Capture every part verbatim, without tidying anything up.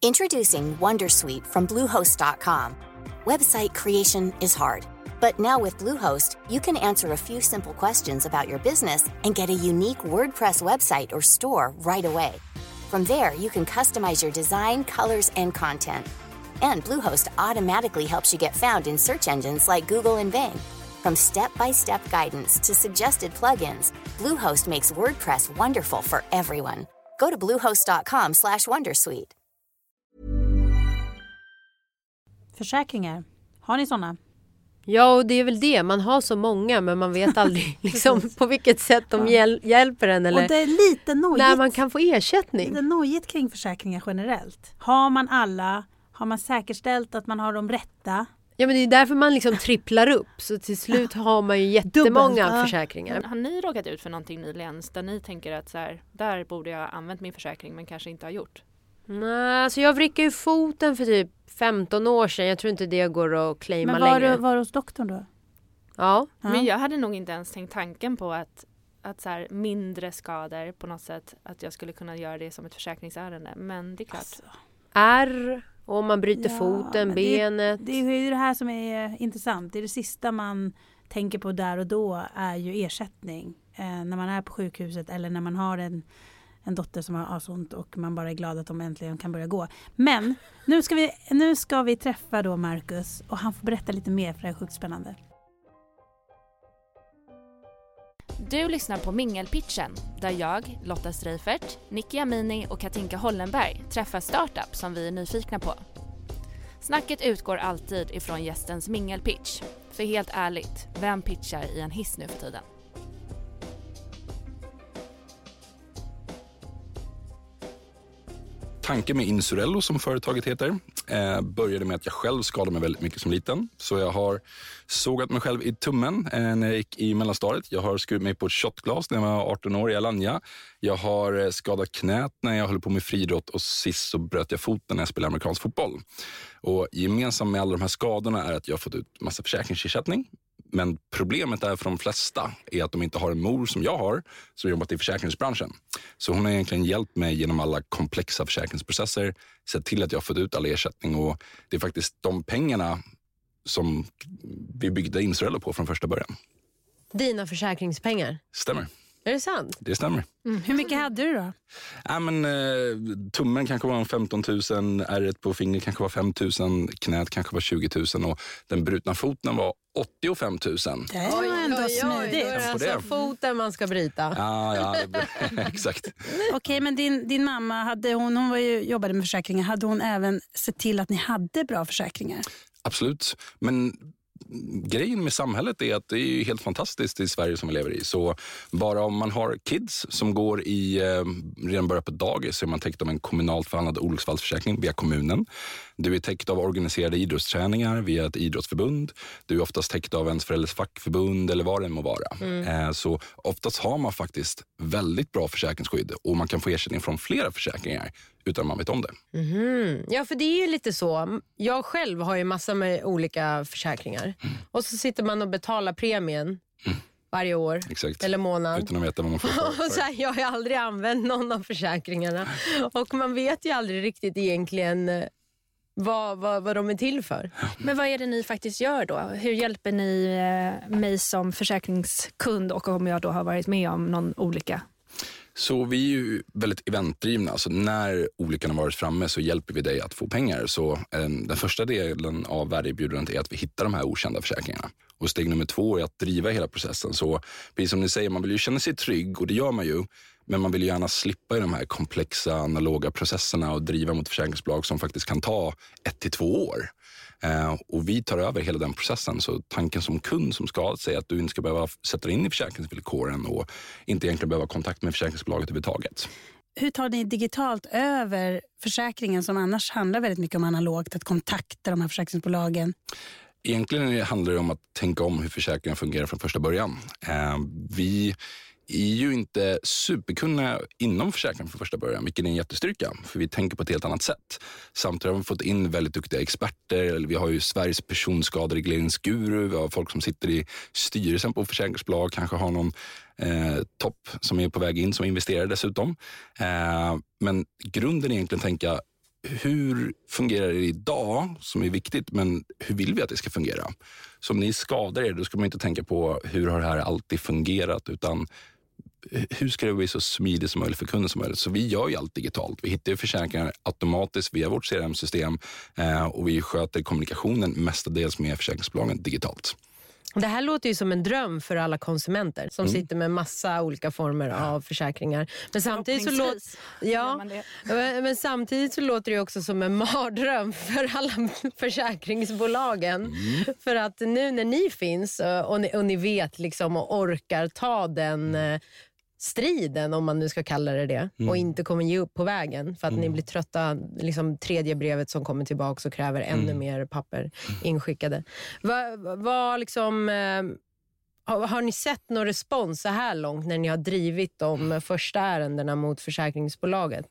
Introducing Wondersuite from Bluehost dot com. Website creation is hard, but now with Bluehost, you can answer a few simple questions about your business and get a unique WordPress website or store right away. From there, you can customize your design, colors, and content. And Bluehost automatically helps you get found in search engines like Google and Bing. From step-by-step guidance to suggested plugins, Bluehost makes WordPress wonderful for everyone. Go to bluehost dot com slash wondersuite. Försäkringar. Har ni såna? Ja, och det är väl det. Man har så många, men man vet aldrig liksom, på vilket sätt de hjäl- hjälper en. Eller och det är lite nojigt. När man kan få ersättning. Det är nojigt kring försäkringar generellt. Har man alla, har man säkerställt att man har de rätta. Ja, men det är därför man liksom tripplar upp. Så till slut har man ju jättemånga Dubbelt, ja. försäkringar. Har ni råkat ut för någonting nyligen där ni tänker att så här, där borde jag ha använt min försäkring men kanske inte har gjort? Nej, alltså jag vrickade ju foten för typ femton år sedan. Jag tror inte det går att claima längre. Men var längre. du var hos doktorn då? Ja. ja. Men jag hade nog inte ens tänkt tanken på att, att så här, mindre skador på något sätt, att jag skulle kunna göra det som ett försäkringsärende. Men det är klart. Alltså. Är, om man bryter ja, foten, benet. Det, det är ju det här som är intressant. Det är det sista man tänker på där och då är ju ersättning. Eh, när man är på sjukhuset eller när man har en en dotter som har sånt och man bara är glad att de äntligen kan börja gå. Men nu ska vi, nu ska vi träffa då Marcus och han får berätta lite mer för det är sjukt spännande. Du lyssnar på Mingelpitchen där jag, Lotta Streifert, Nicky Amini och Katinka Hollenberg träffar startup som vi är nyfikna på. Snacket utgår alltid ifrån gästens mingelpitch. För helt ärligt, vem pitchar i en hiss nu för tiden? Tanken med Insurello som företaget heter eh, började med att jag själv skadade mig väldigt mycket som liten. Så jag har sågat mig själv i tummen eh, när jag gick i mellanstadiet. Jag har skurit mig på ett shotglas när jag var arton år i Alanya. Jag har eh, skadat knät när jag höll på med friidrott och sist så bröt jag foten när jag spelade amerikansk fotboll. Och gemensamt med alla de här skadorna är att jag har fått ut massa försäkringsersättning. Men problemet är för de flesta är att de inte har en mor som jag har som jobbat i försäkringsbranschen. Så hon har egentligen hjälpt mig genom alla komplexa försäkringsprocesser, sett till att jag har fått ut all ersättning och det är faktiskt de pengarna som vi byggde Insurello på från första början. Dina försäkringspengar? Stämmer. Är det sant? Det stämmer. Mm. Hur mycket hade du då? Ja, men, eh, tummen kanske var femton tusen, ärret på fingret kanske var fem tusen, knät kanske var tjugo tusen och den brutna foten var åttiofem tusen. Det var ändå oj, smidigt. Oj, det är alltså foten man ska bryta. Ja, ja exakt. Okej, okay, men din, din mamma, hade hon, hon var ju, jobbade med försäkringar. Hade hon även sett till att ni hade bra försäkringar? Absolut, men grejen med samhället är att det är helt fantastiskt i Sverige som vi lever i. Så bara om man har kids som går i, eh, redan börjar på dagis så är man täckt av en kommunalt förhandlad olycksfallsförsäkring via kommunen. Du är täckt av organiserade idrottsträningar via ett idrottsförbund. Du är oftast täckt av ens förälders fackförbund eller vad det må vara. Mm. Eh, så oftast har man faktiskt väldigt bra försäkringsskydd och man kan få ersättning från flera försäkringar utan att man vet om det. Mm-hmm. Ja, för det är ju lite så. Jag själv har ju massa med olika försäkringar. Mm. Och så sitter man och betalar premien mm. varje år. Exakt. Eller månad. Utan att veta vad man får för. Och så här, jag har aldrig använt någon av försäkringarna. Och man vet ju aldrig riktigt egentligen vad, vad, vad de är till för. Men vad är det ni faktiskt gör då? Hur hjälper ni eh, mig som försäkringskund och om jag då har varit med om någon olycka? Så vi är ju väldigt eventdrivna. Alltså när olyckan har varit framme så hjälper vi dig att få pengar. Så eh, den första delen av värdeerbjudandet är att vi hittar de här okända försäkringarna. Och steg nummer två är att driva hela processen. Så precis som ni säger, man vill ju känna sig trygg och det gör man ju. Men man vill ju gärna slippa i de här komplexa analoga processerna och driva mot försäkringsbolag som faktiskt kan ta ett till två år. Eh, och vi tar över hela den processen. Så tanken som kund som skadat sig är att du inte ska behöva sätta in i försäkringsvillkoren och inte egentligen behöva kontakt med försäkringsbolaget överhuvudtaget. Hur tar ni digitalt över försäkringen som annars handlar väldigt mycket om analogt, att kontakta de här försäkringsbolagen? Egentligen handlar det om att tänka om hur försäkringen fungerar från första början. Eh, vi är ju inte superkunniga inom försäkringen från första början, vilket är en jättestyrka, för vi tänker på ett helt annat sätt. Samtidigt har vi fått in väldigt duktiga experter, vi har ju Sveriges personskaderegleringsguru, vi har folk som sitter i styrelsen på försäkringsbolag, kanske har någon eh, topp som är på väg in som investerar dessutom. Eh, men grunden är egentligen att tänka, hur fungerar det idag som är viktigt, men hur vill vi att det ska fungera? Så om ni skadar er, då ska man inte tänka på hur har det här alltid fungerat, utan hur ska det bli så smidigt som möjligt för kunden som möjligt? Så vi gör ju allt digitalt. Vi hittar ju försäkringar automatiskt via vårt C R M-system eh, och vi sköter kommunikationen mestadels med försäkringsbolagen digitalt. Det här låter ju som en dröm för alla konsumenter som Mm. sitter med massa olika former av försäkringar. Men samtidigt så, låt, ja, men samtidigt så låter det också som en mardröm för alla försäkringsbolagen. Mm. För att nu när ni finns och ni, och ni vet liksom och orkar ta den striden, om man nu ska kalla det det, mm. och inte kommer ge upp på vägen för att mm. ni blir trötta, liksom tredje brevet som kommer tillbaka och kräver ännu mm. mer papper inskickade. Vad va, liksom, eh, har, har ni sett någon respons så här långt när ni har drivit de första ärendena mot försäkringsbolaget?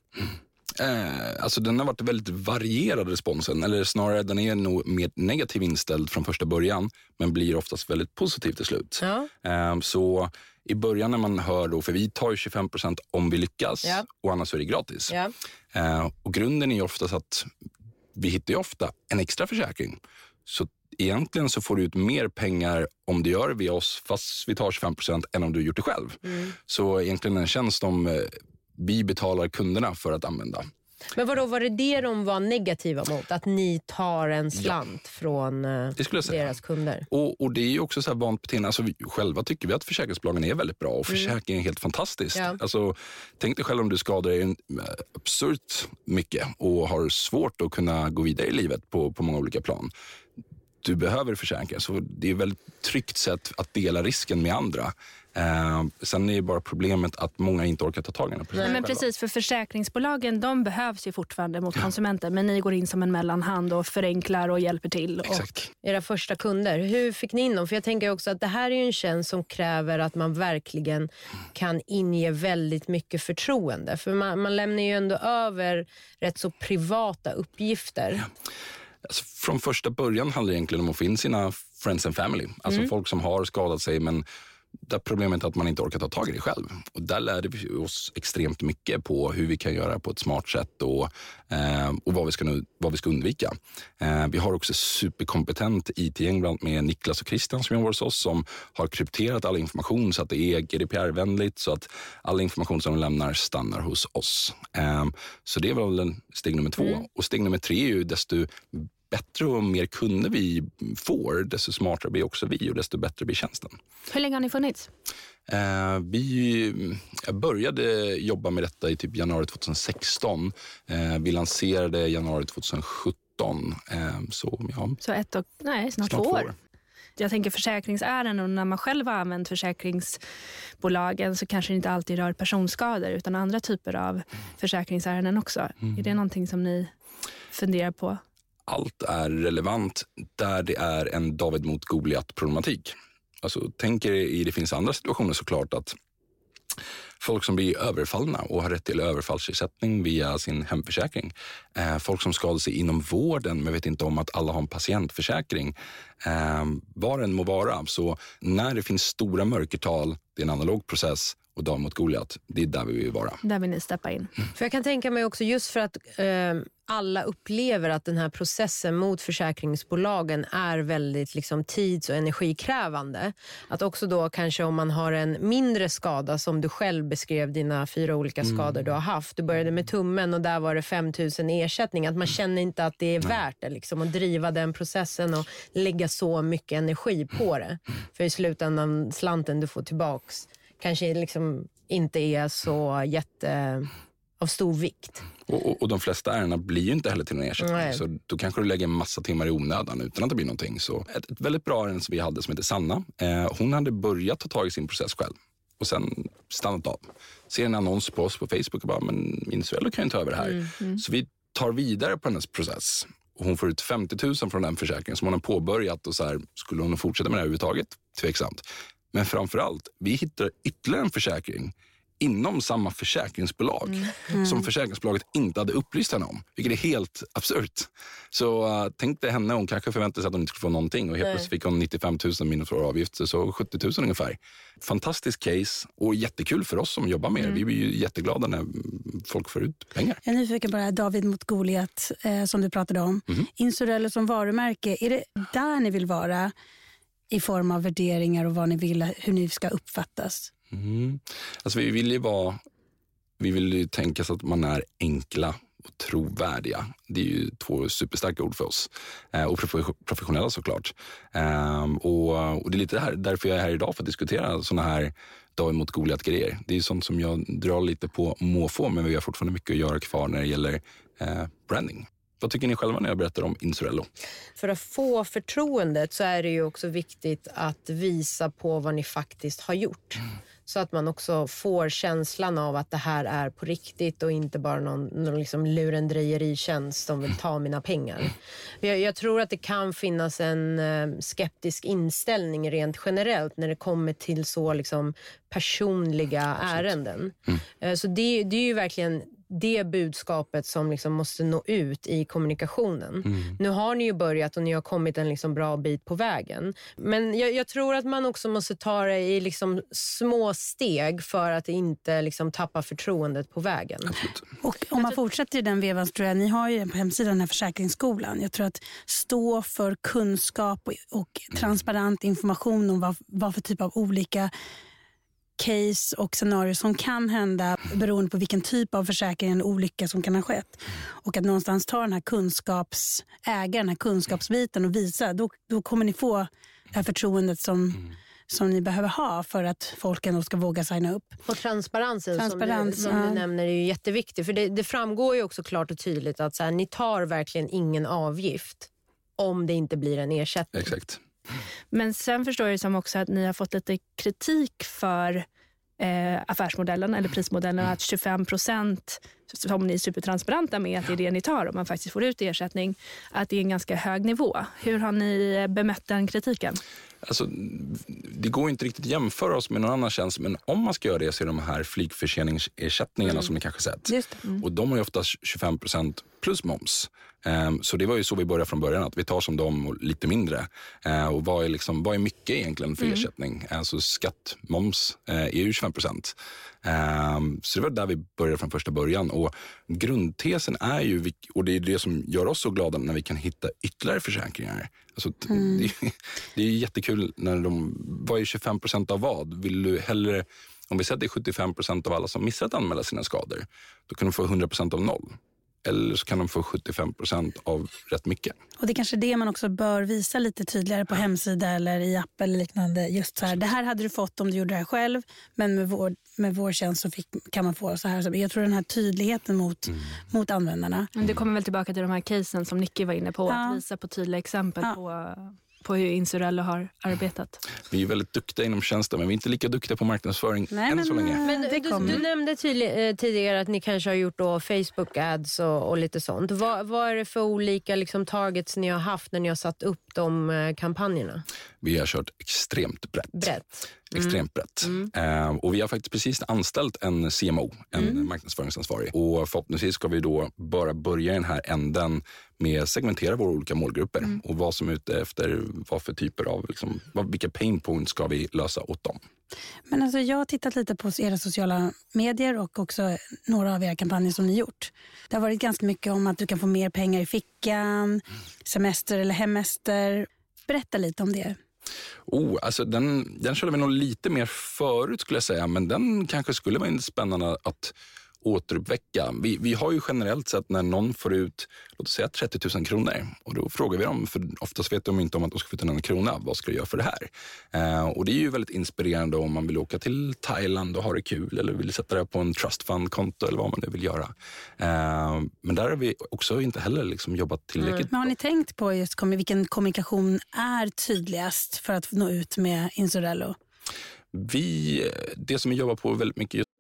Eh, alltså den har varit väldigt varierad responsen, eller snarare den är nog mer negativ inställd från första början, men blir oftast väldigt positiv till slut. Ja. Eh, så i början när man hör då, för vi tar ju tjugofem procent om vi lyckas, ja. Och annars är det gratis. Ja. Eh, och grunden är ju oftast att vi hittar ju ofta en extra försäkring. Så egentligen så får du ut mer pengar om du gör det via oss fast vi tar tjugofem procent än om du gjort det själv. Mm. Så egentligen en tjänst om vi betalar kunderna för att använda. Men vadå, var det det de var negativa mot? Att ni tar en slant ja. från uh, deras kunder? Och, och det är ju också så här vant beteende. Alltså, vi, själva tycker vi att försäkringsbolagen är väldigt bra och försäkringen är helt fantastiskt. Ja. Alltså, tänk dig själv om du skadar dig en, absurt mycket och har svårt att kunna gå vidare i livet på, på många olika plan. Du behöver försäkring, så det är ett väldigt tryggt sätt att dela risken med andra. Eh, sen är det bara problemet att många inte orkar ta tag i det. Nej, men precis, för försäkringsbolagen, de behövs ju fortfarande mot konsumenter, men ni går in som en mellanhand och förenklar och hjälper till. Och... Exakt. Era första kunder, hur fick ni in dem? För jag tänker också att det här är ju en tjänst som kräver att man verkligen kan inge väldigt mycket förtroende. För man, man lämnar ju ändå över rätt så privata uppgifter. Ja. Alltså, från första början handlar det egentligen om att få in sina friends and family. Alltså mm. folk som har skadat sig, men där problemet är att man inte orkar ta tag i det själv. Och där lärde vi oss extremt mycket på hur vi kan göra på ett smart sätt och, eh, och vad, vi ska nu, vad vi ska undvika. Eh, vi har också superkompetent I T-gäng bland med Niklas och Christian som jobbar hos oss, som har krypterat all information så att det är G D P R-vänligt, så att all information som de lämnar stannar hos oss. Eh, så det var väl steg nummer två. Mm. Och steg nummer tre är ju desto bättre och mer kunder vi får, desto smartare blir också vi och desto bättre blir tjänsten. Hur länge har ni funnits? Eh, vi började jobba med detta i typ januari tjugohundrasexton. Eh, vi lanserade januari tjugosjutton. Eh, så, ja. så ett och, nej, snart, snart två år. år. Jag tänker försäkringsärenden, och när man själv har använt försäkringsbolagen så kanske det inte alltid rör personskador utan andra typer av försäkringsärenden också. Mm. Är det någonting som ni funderar på? Allt är relevant där det är en David mot Goliat-problematik. Alltså, tänk er i, det finns andra situationer såklart att folk som blir överfallna och har rätt till överfallsersättning via sin hemförsäkring. Eh, folk som skadar sig inom vården men vet inte om att alla har en patientförsäkring. Eh, var den må vara. Så när det finns stora mörkertal, det är en analog process, och David mot Goliat, det är där vi vill vara. Där vill ni steppa in. Mm. För jag kan tänka mig också, just för att eh, alla upplever att den här processen mot försäkringsbolagen är väldigt liksom, tids- och energikrävande. Att också då kanske om man har en mindre skada, som du själv beskrev dina fyra olika skador mm. du har haft. Du började med tummen och där var det fem tusen i ersättning. Att man känner inte att det är värt det liksom, att driva den processen och lägga så mycket energi på det. För i slutändan, slanten du får tillbaks kanske liksom inte är så jätte av stor vikt. Och, och, och de flesta ärendena blir ju inte heller till någon ersättning. Nej. Så då kanske du lägger en massa timmar i onödan utan att det blir någonting. Så ett, ett väldigt bra ärende som vi hade som heter Sanna. Eh, hon hade börjat ta tag i sin process själv. Och sen stannat av. Ser en annons på oss på Facebook och bara, men min svällo kan ju inte över det här. Mm, mm. Så vi tar vidare på hennes process. Och hon får ut femtio tusen från den försäkringen som hon har påbörjat. Och så här, skulle hon fortsätta med det här överhuvudtaget? Tveksamt. Men framförallt, vi hittar ytterligare en försäkring inom samma försäkringsbolag Mm. Mm. som försäkringsbolaget inte hade upplyst henne om. Vilket är helt absurt. Så uh, tänkte henne, hon kanske förväntade sig att hon inte skulle få någonting och helt plötsligt fick hon nittiofem tusen minus för avgifter, så sjuttio tusen ungefär. Fantastisk case och jättekul för oss som jobbar med det. Mm. Vi blir ju jätteglada när folk får ut pengar. Jag är nyfiken på det här David mot Goliat eh, som du pratade om. Mm. Insurello som varumärke, är det där ni vill vara i form av värderingar och vad ni vill, hur ni ska uppfattas? Mm. Alltså vi vill ju vara, vi vill ju tänka så att man är enkla och trovärdiga. Det är ju två superstarka ord för oss. Eh, och professionella såklart. Eh, och, och det är lite här, därför jag är här idag för att diskutera såna här David mot Goliat-grejer. Det är sånt som jag drar lite på måfå, men vi har fortfarande mycket att göra kvar när det gäller eh, branding. Vad tycker ni själva när jag berättar om Insurello? För att få förtroendet så är det ju också viktigt att visa på vad ni faktiskt har gjort. Mm. Så att man också får känslan av att det här är på riktigt och inte bara någon, någon liksom lurendrejeritjänst som vill ta mina pengar. Jag, jag tror att det kan finnas en eh, skeptisk inställning rent generellt när det kommer till så liksom personliga ärenden. Mm. Eh, så det, det är ju verkligen det budskapet som liksom måste nå ut i kommunikationen. Mm. Nu har ni ju börjat och ni har kommit en liksom bra bit på vägen. Men jag, jag tror att man också måste ta det i liksom små steg för att inte liksom tappa förtroendet på vägen. Absolut. Och om man fortsätter i den vevan så tror jag, ni har ju på hemsidan den här försäkringsskolan. Jag tror att stå för kunskap och, och transparent information om vad, vad för typ av olika case och scenarier som kan hända beroende på vilken typ av försäkring eller olycka som kan ha skett. Och att någonstans ta den här kunskapsägaren, den här kunskapsbiten och visa, då, då kommer ni få det här förtroendet som, mm. som ni behöver ha för att folk ändå ska våga signa upp. Och transparensen Transparens, som, du, som ja. du nämner är ju jätteviktig. För det, det framgår ju också klart och tydligt att så här, ni tar verkligen ingen avgift om det inte blir en ersättning. Exakt. Men sen förstår jag som också att ni har fått lite kritik för eh, affärsmodellen eller prismodellen, att tjugofem procent som ni är supertransparenta med att det är det ni tar om man faktiskt får ut ersättning, att det är en ganska hög nivå. Hur har ni bemött den kritiken? Alltså, det går inte riktigt att jämföra oss med någon annan tjänst, men om man ska göra det så är de här flygförseningsersättningarna mm. som ni kanske sett. Mm. Och de har ju oftast tjugofem procent plus moms. Um, så det var ju så vi började från början, att vi tar som dem och lite mindre. Uh, och vad är, liksom, vad är mycket egentligen för mm. ersättning? Alltså skatt, moms uh, är ju tjugofem procent. Um, så det var där vi började från första början. Och grundtesen är ju, och det är det som gör oss så glada när vi kan hitta ytterligare försäkringar. Alltså, mm. det, det är jättekul när de, vad är tjugofem procent av vad? Vill du hellre, om vi säger att det är sjuttiofem procent av alla som missar att anmäla sina skador, då kan de få hundra procent av noll. Eller så kan de få sjuttiofem procent av rätt mycket. Och det är kanske det man också bör visa lite tydligare på hemsida eller i app eller liknande. Just så här, det här hade du fått om du gjorde det här själv, men med vår, med vår tjänst så fick, kan man få så här. Jag tror den här tydligheten mot, mm. mot användarna. Men det kommer väl tillbaka till de här casen som Nicky var inne på, ja. Att visa på tydliga exempel ja. på... på hur Insurello har arbetat. Vi är väldigt duktiga inom tjänsten, men vi är inte lika duktiga på marknadsföring Nej, än men, så länge. Men du, du nämnde tydlig, tidigare att ni kanske har gjort då Facebook ads och, och lite sånt. Vad, vad är det för olika liksom, targets ni har haft när ni har satt upp de eh, kampanjerna? Vi har kört extremt brett. Brett. Extremt brett. Mm. Uh, och vi har faktiskt precis anställt en C M O, en mm. marknadsföringsansvarig. Och förhoppningsvis ska vi då bara börja i den här änden med segmentera våra olika målgrupper mm. och vad som är ute efter vad för typer av, liksom, vad, vilka pain points ska vi lösa åt dem. Men alltså jag har tittat lite på era sociala medier och också några av era kampanjer som ni gjort. Det har varit ganska mycket om att du kan få mer pengar i fickan, mm. semester eller hemester. Berätta lite om det. Oh, alltså den, den körde vi nog lite mer förut skulle jag säga, men den kanske skulle vara spännande att återuppväcka. Vi, vi har ju generellt sett när någon får ut, låt oss säga trettio tusen kronor, och då frågar vi dem, för oftast vet de inte om att de ska få ut en krona, vad ska du göra för det här? Eh, och det är ju väldigt inspirerande om man vill åka till Thailand och ha det kul, eller vill sätta det på en trust fund-konto eller vad man nu vill göra. Eh, men där har vi också inte heller liksom jobbat tillräckligt. Mm. Men har ni tänkt på just vilken kommunikation är tydligast för att nå ut med Insurello? Vi, det som vi jobbar på väldigt mycket just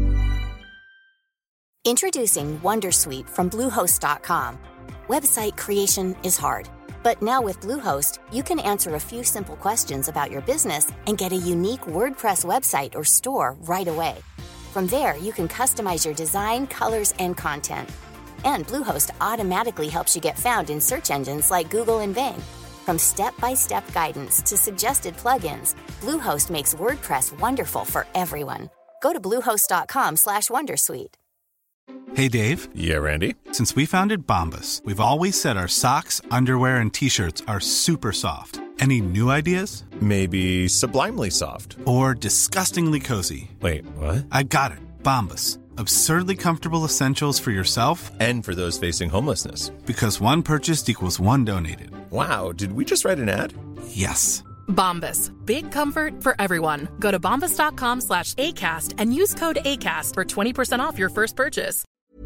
Introducing Wondersuite from Bluehost dot com. Website creation is hard, but now with Bluehost, you can answer a few simple questions about your business and get a unique WordPress website or store right away. From there, you can customize your design, colors, and content. And Bluehost automatically helps you get found in search engines like Google and Bing. From step-by-step guidance to suggested plugins, Bluehost makes WordPress wonderful for everyone. Go to bluehost.com slash wondersuite. Hey, Dave. Yeah, Randy. Since we founded Bombas, we've always said our socks, underwear, and T-shirts are super soft. Any new ideas? Maybe sublimely soft. Or disgustingly cozy. Wait, what? I got it. Bombas. Absurdly comfortable essentials for yourself and for those facing homelessness. Because one purchased equals one donated. Wow, did we just write an ad? Yes. Bombas. Big comfort for everyone. Go to bombas.com slash ACAST and use code ACAST for twenty percent off your first purchase.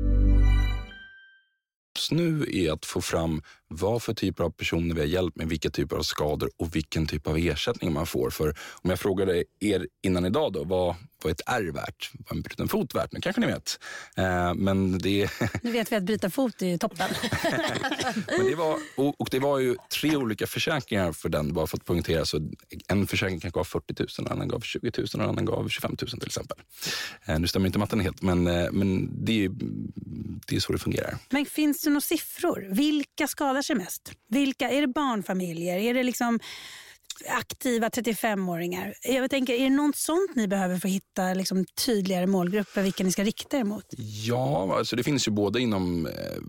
Nu är att få fram vad för typer av personer vi har hjälpt med, vilka typer av skador och vilken typ av ersättning man får. För om jag frågade er innan idag då, vad var ett ärr värt? Vad en bruten fot värt? Nu kanske ni vet. Eh, men det... Nu vet vi att bryta fot är ju toppen. men det var, och, och det var ju tre olika försäkringar för den, bara för att poängtera. Så en försäkring kanske gav fyrtio tusen, en annan gav tjugo tusen och en annan gav tjugofem tusen till exempel. Eh, nu stämmer inte matten helt, men, eh, men det, är, det är så det fungerar. Men finns det några siffror? Vilka skadar sig mest? Vilka? Är det barnfamiljer? Är det liksom aktiva trettiofemåringar? Jag tänker, är det något sånt ni behöver för att hitta liksom tydligare målgrupper vilka ni ska rikta er mot? Ja, alltså det finns ju både inom eh,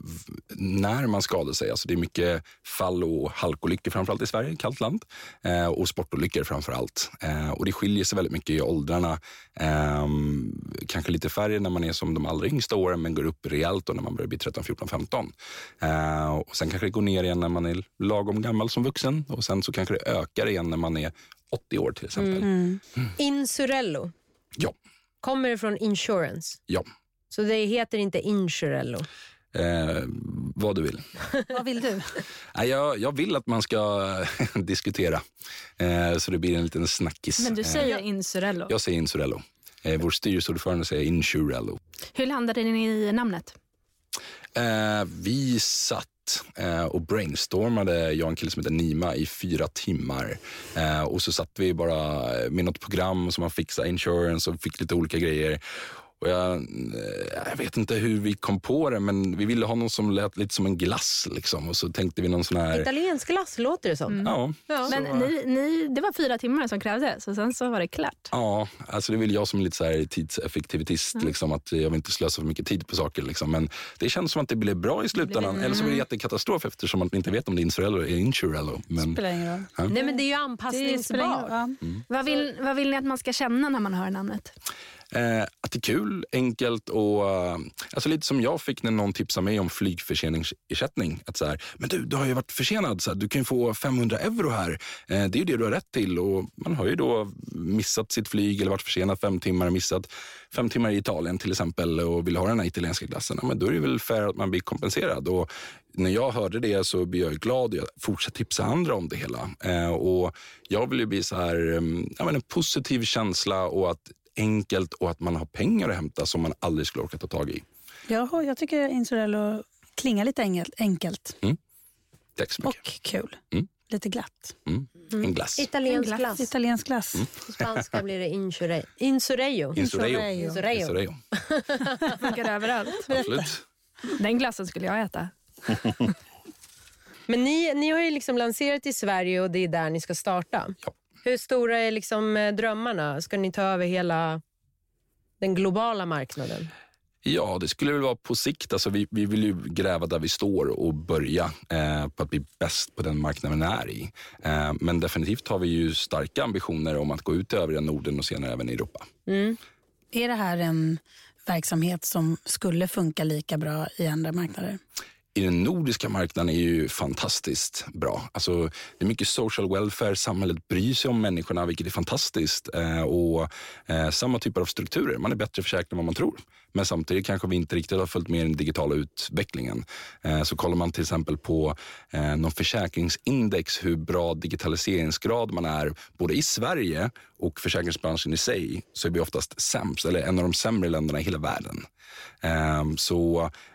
när man skadar sig. Alltså det är mycket fall- och halkolyckor framförallt i Sverige, kallt land. Eh, och sportolyckor framförallt. Eh, och det skiljer sig väldigt mycket i åldrarna. Eh, kanske lite färre när man är som de allra yngsta åren, men går upp rejält då när man börjar bli tretton, fjorton, femton. Eh, och sen kanske det går ner igen när man är lagom gammal som vuxen. Och sen så kanske det ökar igen när man är åttio år till exempel. Mm. Mm. Insurello. Ja. Kommer det från insurance? Ja. Så det heter inte Insurello? Eh, vad du vill. Vad vill du? Nej, jag, jag vill att man ska diskutera. Eh, så det blir en liten snackis. Men du säger eh, Insurello. Jag säger Insurello. Eh, vår styrelseordförande säger Insurello. Hur landade ni i namnet? Eh, vi satt och brainstormade, jag och en kille som heter Nima, i fyra timmar. Eh, och så satt vi bara med något program som man fixade insurance och fick lite olika grejer. Och jag, jag vet inte hur vi kom på det, men vi ville ha någon som lät lite som en glass liksom. Och så tänkte vi någon sån här... Italiensk glass låter det som. Mm. Ja. ja. Men så... ni, ni, det var fyra timmar som krävdes och sen så var det klart. Ja, alltså det vill jag som lite så här tidseffektivitist mm. liksom, att jag vill inte slösa för mycket tid på saker liksom. Men det känns som att det blir bra i slutändan. Mm. Eller så blir det jättekatastrof eftersom man inte vet om det är Insurello eller Insurello. Men... Spelar ingen roll. Ja. Nej, men det är ju anpassningsbart. Mm. Vad, vill, vad vill ni att man ska känna när man hör namnet? Eh, att det är kul, enkelt och uh, alltså lite som jag fick när någon tipsade mig om flygförseningsersättning. Att så här, men du, du har ju varit försenad, så här, du kan ju få femhundra euro här. Eh, det är ju det du har rätt till, och man har ju då missat sitt flyg eller varit försenad fem timmar, missat fem timmar i Italien till exempel och vill ha den här italienska glassen. Ja, men då är det väl fair att man blir kompenserad, och när jag hörde det så blir jag glad och jag fortsätter tipsa andra om det hela. Eh, och jag vill ju bli så här, um, ja, men en positiv känsla och att enkelt och att man har pengar att hämta som man aldrig skulle orka ta tag i. Ja, jag tycker Insurello klingar lite enkelt. Mm. Tack så mycket. Och kul. Mm. Lite glatt. Mm. En glass. Italiensk glass. glass. Italiensk glass. Mm. På spanska blir det insurello. Insurello. Insurello. Insurello. Insurello. Funkar överallt. Absolut. Den glassen skulle jag äta. Men ni, ni har ju liksom lanserat i Sverige och det är där ni ska starta. Ja. Hur stora är liksom drömmarna? Ska ni ta över hela den globala marknaden? Ja, det skulle väl vara på sikt. Alltså vi, vi vill ju gräva där vi står och börja eh, på att bli bäst på den marknaden vi är i. Eh, men definitivt har vi ju starka ambitioner om att gå ut över Norden och senare även i Europa. Mm. Är det här en verksamhet som skulle funka lika bra i andra marknader? I den nordiska marknaden är ju fantastiskt bra. Alltså, det är mycket social welfare, samhället bryr sig om människorna, vilket är fantastiskt. Eh, och eh, samma typer av strukturer, man är bättre försäkrad än vad man tror. Men samtidigt kanske vi inte riktigt har följt med den digitala utvecklingen. Eh, så kollar man till exempel på eh, någon försäkringsindex, hur bra digitaliseringsgrad man är både i Sverige och försäkringsbranschen i sig, så är vi oftast sämst, eller en av de sämre länderna i hela världen. Eh, så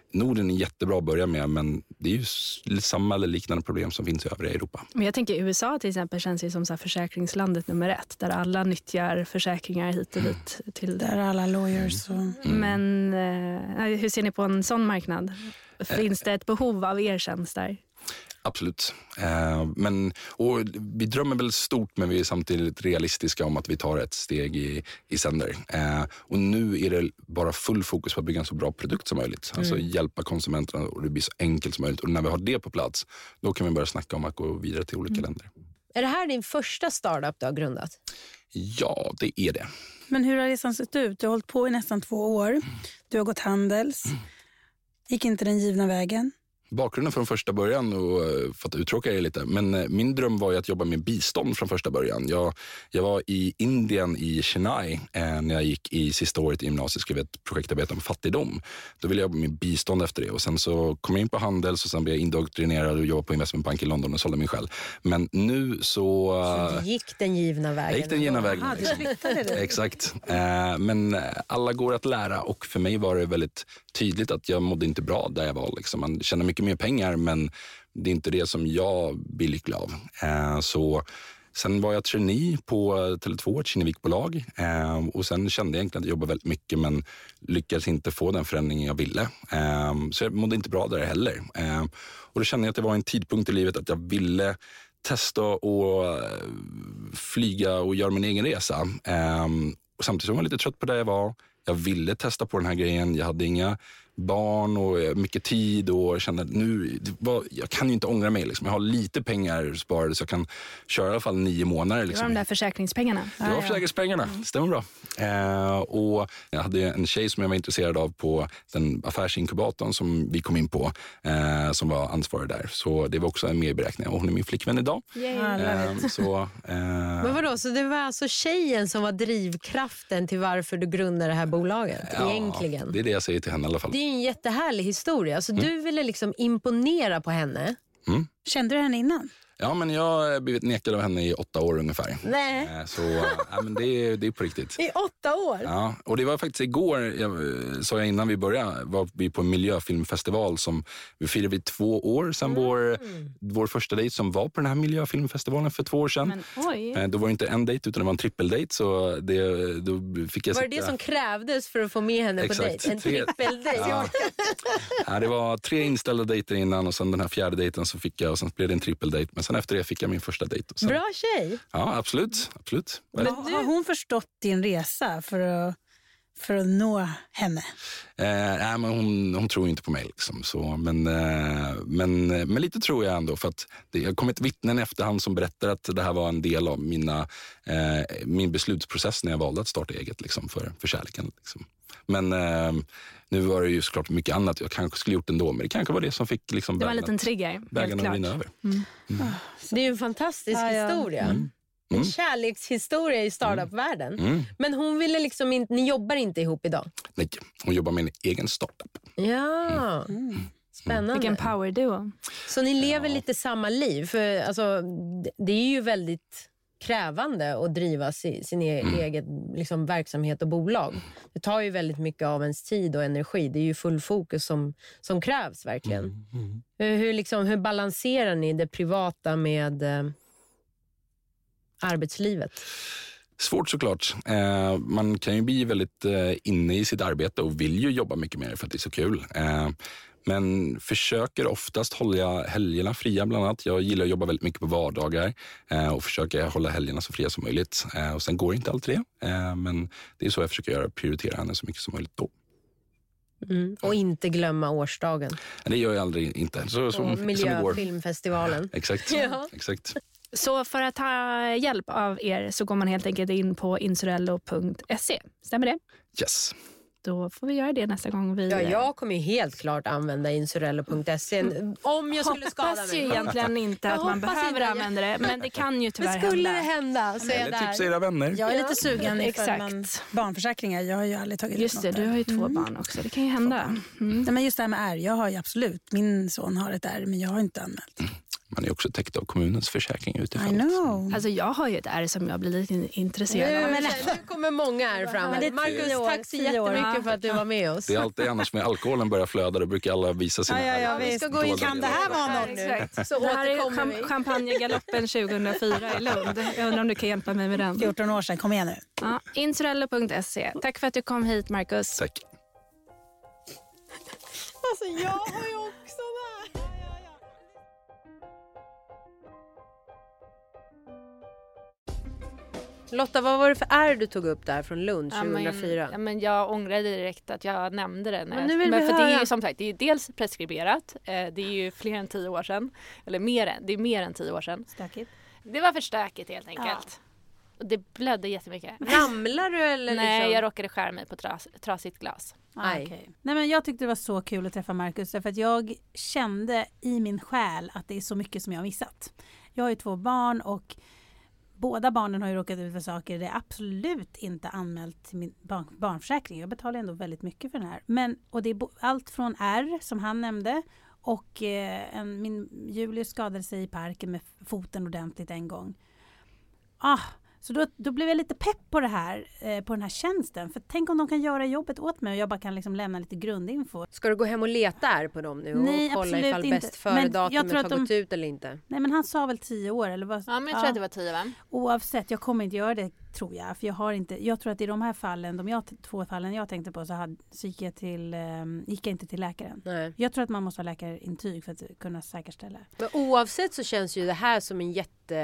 Norden är jättebra att börja med, men det är ju samma eller liknande problem som finns i övriga Europa. Men jag tänker U S A till exempel känns ju som så här försäkringslandet nummer ett, där alla nyttjar försäkringar hit och dit. Till där alla lawyers. Och... Mm. Men eh, hur ser ni på en sån marknad? Finns det ett behov av er tjänster? Absolut. Eh, men, och vi drömmer väl stort, men vi är samtidigt realistiska om att vi tar ett steg i, i sänder. Eh, och nu är det bara full fokus på att bygga en så bra produkt som möjligt. Mm. Alltså hjälpa konsumenterna och det blir så enkelt som möjligt. Och när vi har det på plats, då kan vi börja snacka om att gå vidare till olika mm. länder. Är det här din första startup du har grundat? Ja, det är det. Men hur har resan sett ut? Du har hållit på i nästan två år. Du har gått handels. Gick inte den givna vägen? Bakgrunden från första början, och för att uttråka er lite, men min dröm var ju att jobba med bistånd från första början. Jag, jag var i Indien, i Chennai, eh, när jag gick i sista året i gymnasiet, skrev ett projektarbete om fattigdom. Då ville jag jobba med bistånd efter det, och sen så kom jag in på Handels och sen blev jag indoktrinerad och jobbade på investmentbank i London och sålde mig själv. Men nu så... Så gick den givna vägen? Jag gick den givna vägen. Ah, du flyttade det. Exakt. Eh, men alla går att lära, och för mig var det väldigt tydligt att jag mådde inte bra där jag var. Liksom. Man känner mycket mer pengar, men det är inte det som jag blir lycklig av. Eh, så sen var jag trainee på Tele två, ett Kinnevikbolag, eh, och sen kände jag egentligen att jag jobbade väldigt mycket, men lyckades inte få den förändringen jag ville. Eh, så jag mådde inte bra där heller. Eh, och då kände jag att det var en tidpunkt i livet att jag ville testa och flyga och göra min egen resa. Eh, och samtidigt var jag lite trött på det jag var. Jag ville testa på den här grejen. Jag hade inga barn och mycket tid och kände att nu, var, jag kan ju inte ångra mig. Liksom. Jag har lite pengar sparade så jag kan köra i alla fall nio månader. Liksom. Det var de där försäkringspengarna. Det var ah, försäkringspengarna, mm. stämmer bra. Eh, och jag hade en tjej som jag var intresserad av på den affärsinkubatorn som vi kom in på, eh, som var ansvarig där. Så det var också en medberäkning. Och hon är min flickvän idag. Eh, så, eh, Men vadå, så det var alltså tjejen som var drivkraften till varför du grundade det här bolaget, ja, egentligen? Det är det jag säger till henne i alla fall. Det är en jättehärlig historia. Så mm. du ville liksom imponera på henne. Mm. Kände du henne innan? Ja, men jag har blivit nekad av henne i åtta år ungefär. Nej. Så ja, men det, är, det är på riktigt. I åtta år? Ja, och det var faktiskt igår, jag, sa jag innan vi började, var vi på en miljöfilmfestival som vi firade vid två år sedan mm. vår, vår första dejt som var på den här miljöfilmfestivalen för två år sedan. Men, oj. Då var det inte en dejt utan det var en trippeldejt, så det, då fick jag Var sitta... det det som krävdes för att få med henne Exakt. på dejt? En trippeldejt? Ja. Ja, det var tre inställda dejter innan och sen den här fjärde dejten så fick jag, och sen blev det en trippeldejt, men sen efter det fick jag min första dejt. Sen... Bra tjej! Ja, absolut. absolut. Men du... Har hon förstått din resa för att, för att nå henne? Eh, nej, men hon, hon tror inte på mig. Liksom, så. Men, eh, men, men lite tror jag ändå. För att det har kommit vittnen i efterhand som berättar att det här var en del av mina, eh, min beslutsprocess när jag valde att starta eget liksom, för, för kärleken. Liksom. Men... Eh, nu var det ju såklart mycket annat jag kanske skulle gjort ändå, men det kanske var det som fick liksom det var en liten trigger, vägen att vinna över. Mm. Mm. Det är ju en fantastisk ja, ja. historia. Mm. Mm. En kärlekshistoria i startup-världen. Mm. Men hon ville liksom inte, ni jobbar inte ihop idag? Nej, hon jobbar med en egen startup. Ja, mm. spännande. Vilken power duo. Så ni lever ja. lite samma liv, för alltså, det är ju väldigt... krävande att driva sin, sin mm. egen liksom, verksamhet och bolag. Det tar ju väldigt mycket av ens tid och energi. Det är ju full fokus som, som krävs verkligen. Mm. Mm. Hur, hur, liksom, hur balanserar ni det privata med eh, arbetslivet? Svårt såklart. Eh, man kan ju bli väldigt eh, inne i sitt arbete och vill ju jobba mycket mer för att det är så kul. Eh, Men försöker oftast hålla helgerna fria bland annat. Jag gillar att jobba väldigt mycket på vardagar eh, och försöker hålla helgerna så fria som möjligt. Eh, och sen går inte alltid det. Eh, men det är så jag försöker göra, prioritera henne så mycket som möjligt då. Mm. Och inte glömma årsdagen. Det gör jag aldrig inte. Så, som, och miljöfilmfestivalen. Ja, exakt. Ja. exakt. Så för att ta hjälp av er så går man helt enkelt in på insurello punkt se. Stämmer det? Yes. Då får vi göra det nästa gång vi... Ja, jag kommer ju helt klart använda insurello punkt se om jag skulle skada mig. Jag hoppas ju egentligen inte att man behöver använda det, men det kan ju tyvärr hända. Men skulle det hända så är jag där. Tipsa era vänner. Jag är lite sugen Exakt. Man, barnförsäkringar. Jag har ju aldrig tagit Just det, du har ju två mm. barn också. Det kan ju hända. Mm. Nej, men just det här med R, jag har ju absolut, min son har ett R, men jag har inte anmält. Mm. man är också täckt av kommunens försäkring utifrån. I know. Alltså jag har ju ett ärr som jag blir lite intresserad av. Nu, nu kommer många här fram. Marcus, tack så jättemycket för att du var med oss. Det är alltid annars med alkoholen börjar flöda, då brukar alla visa sina... Ja, ja, ja, vi ska gå in. Kan det här vara något nu? Så det här är cham- champagnegaloppen tjugohundrafyra i Lund. Jag undrar om du kan hjälpa mig med den. fjorton år sedan, kom igen nu. Ja, insurello punkt se. Tack för att du kom hit, Marcus. Tack. Alltså jag har ju också det. Lotta, vad var det för ärr du tog upp där från Lund tjugohundrafyra? Ja, men, ja, men jag ångrade direkt att jag nämnde det. När Men nu vill men vi för höra. det är ju som sagt, det är ju dels preskriberat. Eh, det är ju fler än tio år sedan. Eller mer än, det är mer än tio år sedan. Stökigt. Det var för stökigt helt enkelt. Ja. Och det blödde jättemycket. Ramlar du eller Nej, liksom? jag råkade skära mig på tras, trasigt glas. Ah, okay. Nej, men jag tyckte det var så kul att träffa Marcus, för att jag kände i min själ att det är så mycket som jag har missat. Jag har ju två barn och båda barnen har ju råkat ut för saker det är absolut inte anmält till min barn, barnförsäkring. Jag betalar ändå väldigt mycket för den här. Men, och det är bo- allt från R som han nämnde, och eh, en, min Julius skadade sig i parken med foten ordentligt en gång. Ah, så då, då blev jag lite pepp på det här, eh, på den här tjänsten. För tänk om de kan göra jobbet åt mig och jag bara kan liksom lämna lite grundinfo. Ska du gå hem och leta här på dem nu och Nej, kolla absolut ifall inte. bäst före Men jag datumet tror har att de- gått ut eller inte? Nej, men han sa väl tio år eller vad? Ja, men jag tror att det var tio, va? Oavsett, jag kommer inte göra det, tror jag. För jag har inte, jag tror att i de här fallen, de jag, två fallen jag tänkte på, så, hade, så gick, jag till, um, gick jag inte till läkaren. Nej. Jag tror att man måste ha läkarintyg för att kunna säkerställa. Men oavsett så känns ju det här som en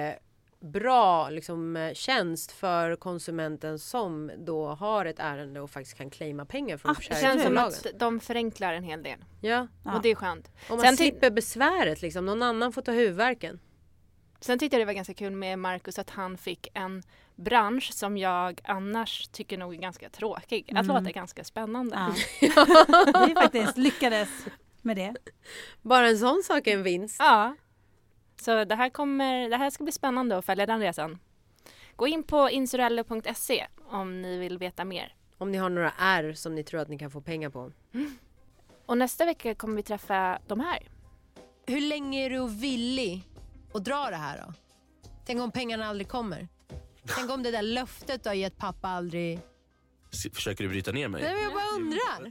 jättebra liksom, tjänst för konsumenten som då har ett ärende och faktiskt kan claima pengar från Ah, Det känns som försäkringsbolagen. att de förenklar en hel del. Ja. Ja. Och det är skönt. Och man Sen ty- slipper besväret liksom. Någon annan får ta huvudvärken. Sen tyckte jag det var ganska kul med Marcus att han fick en bransch som jag annars tycker nog är ganska tråkig. Att Mm. låta ganska spännande. Ja. Vi faktiskt lyckades med det. Bara en sån sak är en vinst. Ja. Så det här, kommer, det här ska bli spännande att följa den resan. Gå in på insurello punkt se om ni vill veta mer. Om ni har några R som ni tror att ni kan få pengar på. Och nästa vecka kommer vi träffa de här. Hur länge är du villig att dra det här då? Tänk om pengarna aldrig kommer. Tänk om det där löftet du har gett pappa aldrig... S- Försöker du bryta ner mig? Nej, men jag bara undrar.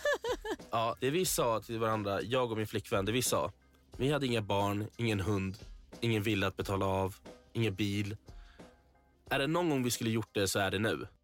Ja, det vi sa till varandra, jag och min flickvän, det vi sa. Vi hade inga barn, ingen hund, ingen villa att betala av, ingen bil. Är det någon gång vi skulle gjort det så är det nu.